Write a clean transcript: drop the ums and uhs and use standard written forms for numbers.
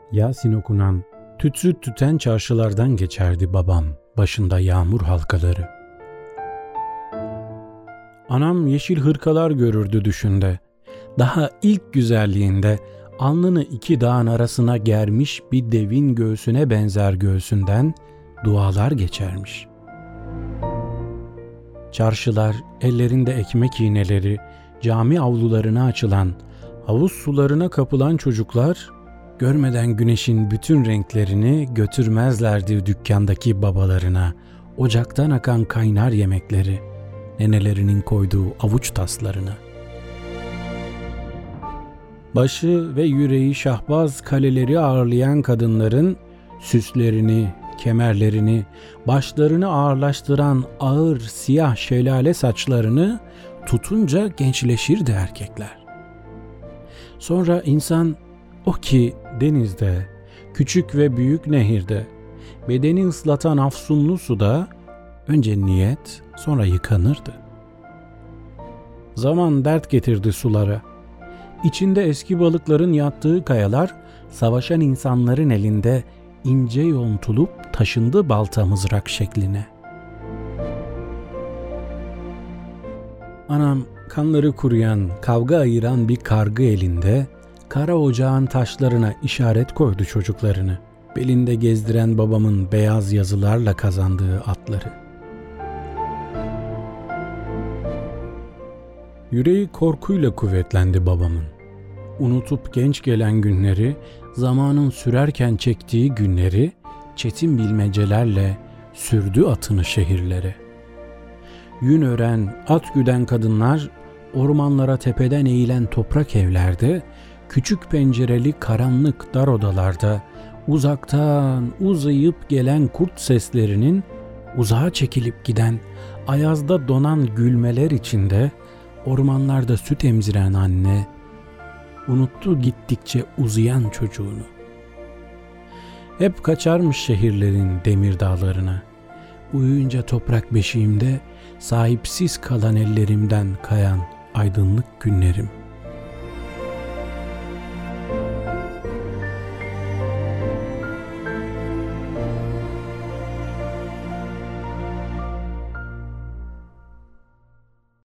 Yasin okunan, tütsü tüten çarşılardan geçerdi babam, başında yağmur halkaları. Anam yeşil hırkalar görürdü düşünde. Daha ilk güzelliğinde alnını iki dağın arasına germiş bir devin göğsüne benzer göğsünden dualar geçermiş. Çarşılar, ellerinde ekmek iğneleri, cami avlularına açılan, havuz sularına kapılan çocuklar, görmeden güneşin bütün renklerini götürmezlerdi dükkandaki babalarına, ocaktan akan kaynar yemekleri, nenelerinin koyduğu avuç taslarına. Başı ve yüreği şahbaz kaleleri ağırlayan kadınların süslerini, kemerlerini, başlarını ağırlaştıran ağır siyah şelale saçlarını tutunca gençleşirdi erkekler. Sonra insan o ki denizde, küçük ve büyük nehirde, bedeni ıslatan afsunlu suda önce niyet, sonra yıkanırdı. Zaman dert getirdi sulara. İçinde eski balıkların yattığı kayalar, savaşan insanların elinde ince yontulup taşındı balta mızrak şekline. Anam kanları kuruyan, kavga ayıran bir kargı elinde, kara ocağın taşlarına işaret koydu çocuklarını, belinde gezdiren babamın beyaz yazılarla kazandığı atları. Yüreği korkuyla kuvvetlendi babamın. Unutup genç gelen günleri, zamanın sürerken çektiği günleri, çetin bilmecelerle sürdü atını şehirlere. Yün ören, at güden kadınlar, ormanlara tepeden eğilen toprak evlerde, küçük pencereli karanlık dar odalarda, uzaktan uzayıp gelen kurt seslerinin, uzağa çekilip giden, ayazda donan gülmeler içinde, ormanlarda süt emziren anne, unuttu gittikçe uzayan çocuğunu. Hep kaçarmış şehirlerin demir dağlarına, uyuyunca toprak beşiğimde, sahipsiz kalan ellerimden kayan aydınlık günlerim.